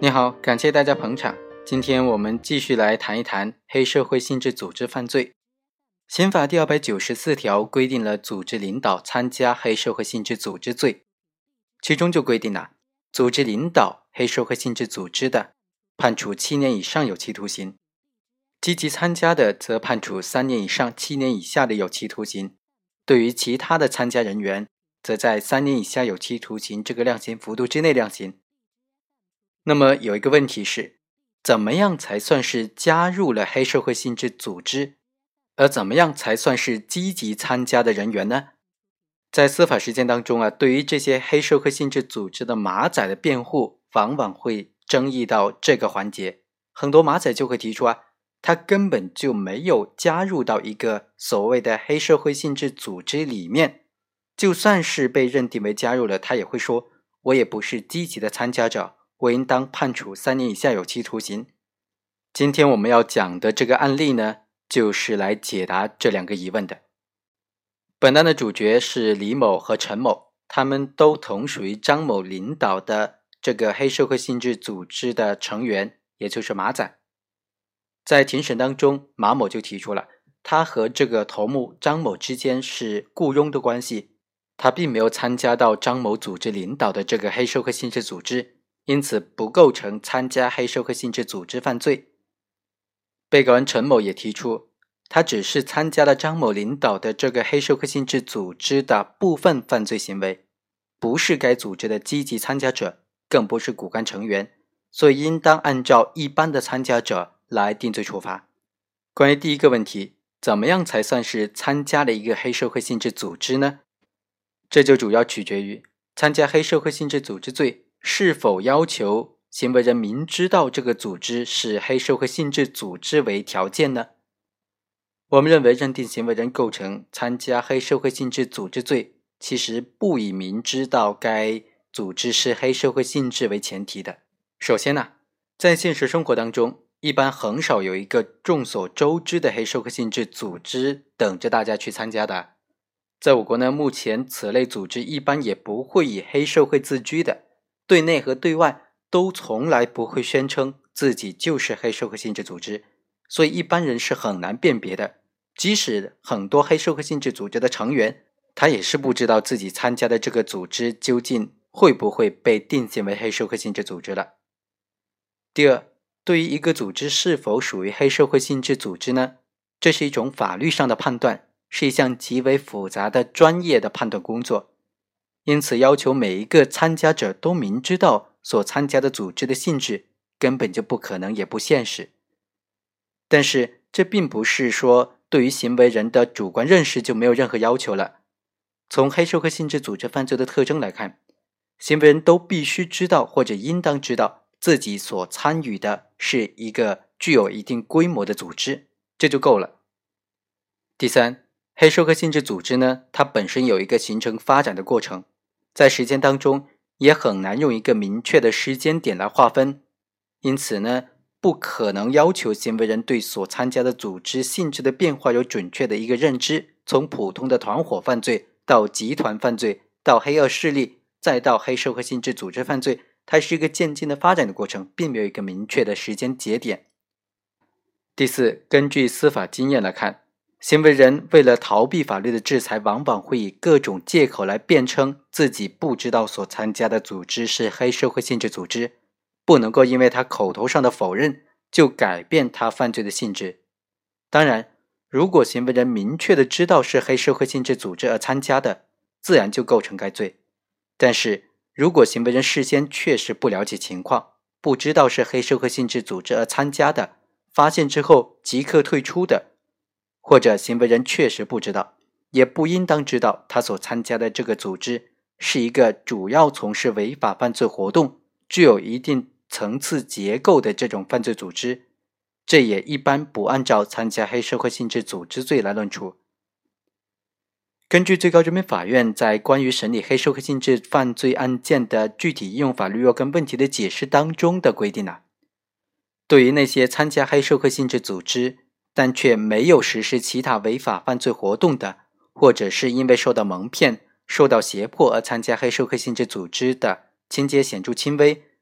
你好，感谢大家捧场。今天我们继续来谈一谈黑社会性质组织犯罪。刑法第294条规定了组织领导参加黑社会性质组织罪，其中就规定了组织领导黑社会性质组织的，判处7年以上有期徒刑；积极参加的则判处3年以上7年以下的有期徒刑。对于其他的参加人员，则在3年以下有期徒刑这个量刑幅度之内量刑。那么有一个问题是，怎么样才算是加入了黑社会性质组织，而怎么样才算是积极参加的人员呢？在司法实践当中对于这些黑社会性质组织的马仔的辩护，往往会争议到这个环节。很多马仔就会提出他根本就没有加入到一个所谓的黑社会性质组织里面，就算是被认定为加入了，他也会说，我也不是积极的参加者，我应当判处3年以下有期徒刑。今天我们要讲的这个案例呢，就是来解答这两个疑问的。本案的主角是李某和陈某，他们都同属于张某领导的这个黑社会性质组织的成员，也就是马仔。在庭审当中，马某就提出了他和这个头目张某之间是雇佣的关系，他并没有参加到张某组织领导的这个黑社会性质组织，因此不构成参加黑社会性质组织犯罪。被告人陈某也提出，他只是参加了张某领导的这个黑社会性质组织的部分犯罪行为，不是该组织的积极参加者，更不是骨干成员，所以应当按照一般的参加者来定罪处罚。关于第一个问题，怎么样才算是参加了一个黑社会性质组织呢？这就主要取决于参加黑社会性质组织罪是否要求行为人明知道这个组织是黑社会性质组织为条件呢？我们认为认定行为人构成参加黑社会性质组织罪，其实不以明知道该组织是黑社会性质为前提的。首先在现实生活当中，一般很少有一个众所周知的黑社会性质组织等着大家去参加的。在我国呢，目前此类组织一般也不会以黑社会自居的，对内和对外都从来不会宣称自己就是黑社会性质组织，所以一般人是很难辨别的。即使很多黑社会性质组织的成员，他也是不知道自己参加的这个组织究竟会不会被定性为黑社会性质组织了。第二，对于一个组织是否属于黑社会性质组织呢？这是一种法律上的判断，是一项极为复杂的专业的判断工作，因此要求每一个参加者都明知道所参加的组织的性质，根本就不可能也不现实。但是这并不是说对于行为人的主观认识就没有任何要求了。从黑社会性质组织犯罪的特征来看，行为人都必须知道或者应当知道自己所参与的是一个具有一定规模的组织，这就够了。第三，黑社会性质组织呢，它本身有一个形成发展的过程，在时间当中也很难用一个明确的时间点来划分，因此呢，不可能要求行为人对所参加的组织性质的变化有准确的一个认知，从普通的团伙犯罪到集团犯罪，到黑恶势力，再到黑社会性质组织犯罪，它是一个渐进的发展的过程，并没有一个明确的时间节点。第四，根据司法经验来看，行为人为了逃避法律的制裁，往往会以各种借口来辩称自己不知道所参加的组织是黑社会性质组织，不能够因为他口头上的否认就改变他犯罪的性质。当然，如果行为人明确的知道是黑社会性质组织而参加的，自然就构成该罪。但是如果行为人事先确实不了解情况，不知道是黑社会性质组织而参加的，发现之后即刻退出的，或者行为人确实不知道，也不应当知道他所参加的这个组织是一个主要从事违法犯罪活动，具有一定层次结构的这种犯罪组织，这也一般不按照参加黑社会性质组织罪来论处。根据最高人民法院在关于审理黑社会性质犯罪案件的具体应用法律若干问题的解释当中的规定对于那些参加黑社会性质组织但却没有实施其他违法犯罪活动的，或者是因为受到蒙骗、受到胁迫而参加黑社会性质组织的，情节显著轻微，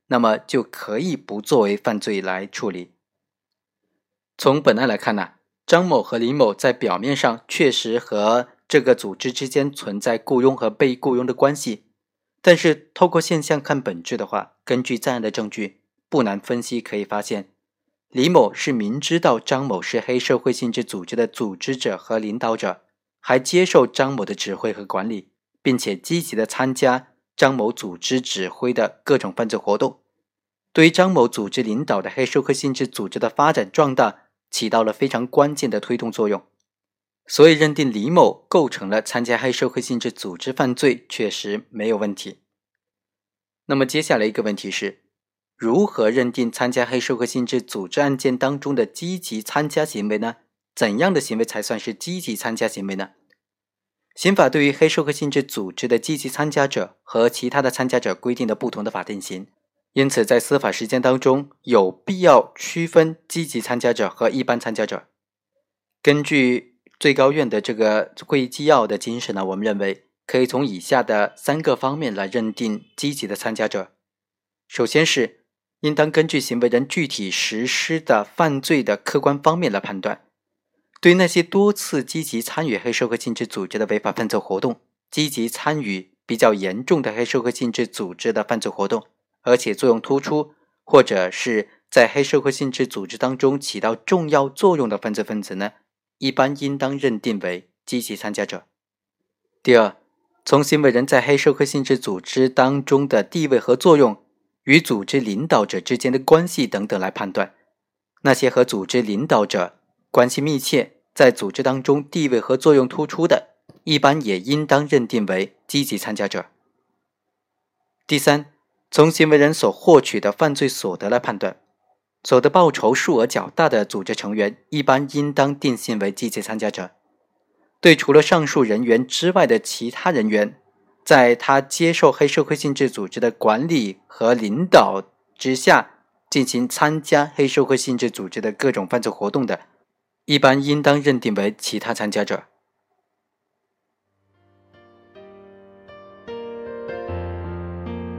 那么就可以不作为犯罪来处理。从本案来看呢，张某和李某在表面上确实和这个组织之间存在雇佣和被雇佣的关系，但是透过现象看本质的话，根据在案的证据，不难分析可以发现，李某是明知道张某是黑社会性质组织的组织者和领导者，还接受张某的指挥和管理，并且积极地参加张某组织指挥的各种犯罪活动，对于张某组织领导的黑社会性质组织的发展壮大起到了非常关键的推动作用，所以认定李某构成了参加黑社会性质组织犯罪确实没有问题。那么接下来一个问题是，如何认定参加黑社会性质组织案件当中的积极参加行为呢？怎样的行为才算是积极参加行为呢？刑法对于黑社会性质组织的积极参加者和其他的参加者规定了不同的法定刑，因此在司法实践当中有必要区分积极参加者和一般参加者。根据最高院的这个会议纪要的精神呢，我们认为可以从以下的3个方面来认定积极的参加者。首先是应当根据行为人具体实施的犯罪的客观方面来判断，对那些多次积极参与黑社会性质组织的违法犯罪活动，积极参与比较严重的黑社会性质组织的犯罪活动，而且作用突出，或者是在黑社会性质组织当中起到重要作用的犯罪分子呢，一般应当认定为积极参加者。第二，从行为人在黑社会性质组织当中的地位和作用，与组织领导者之间的关系等等来判断，那些和组织领导者关系密切，在组织当中地位和作用突出的，一般也应当认定为积极参加者。第三，从行为人所获取的犯罪所得来判断，所得报酬数额较大的组织成员，一般应当定性为积极参加者。对除了上述人员之外的其他人员，在他接受黑社会性质组织的管理和领导之下，进行参加黑社会性质组织的各种犯罪活动的，一般应当认定为其他参加者。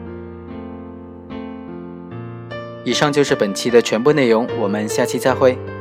以上就是本期的全部内容，我们下期再会。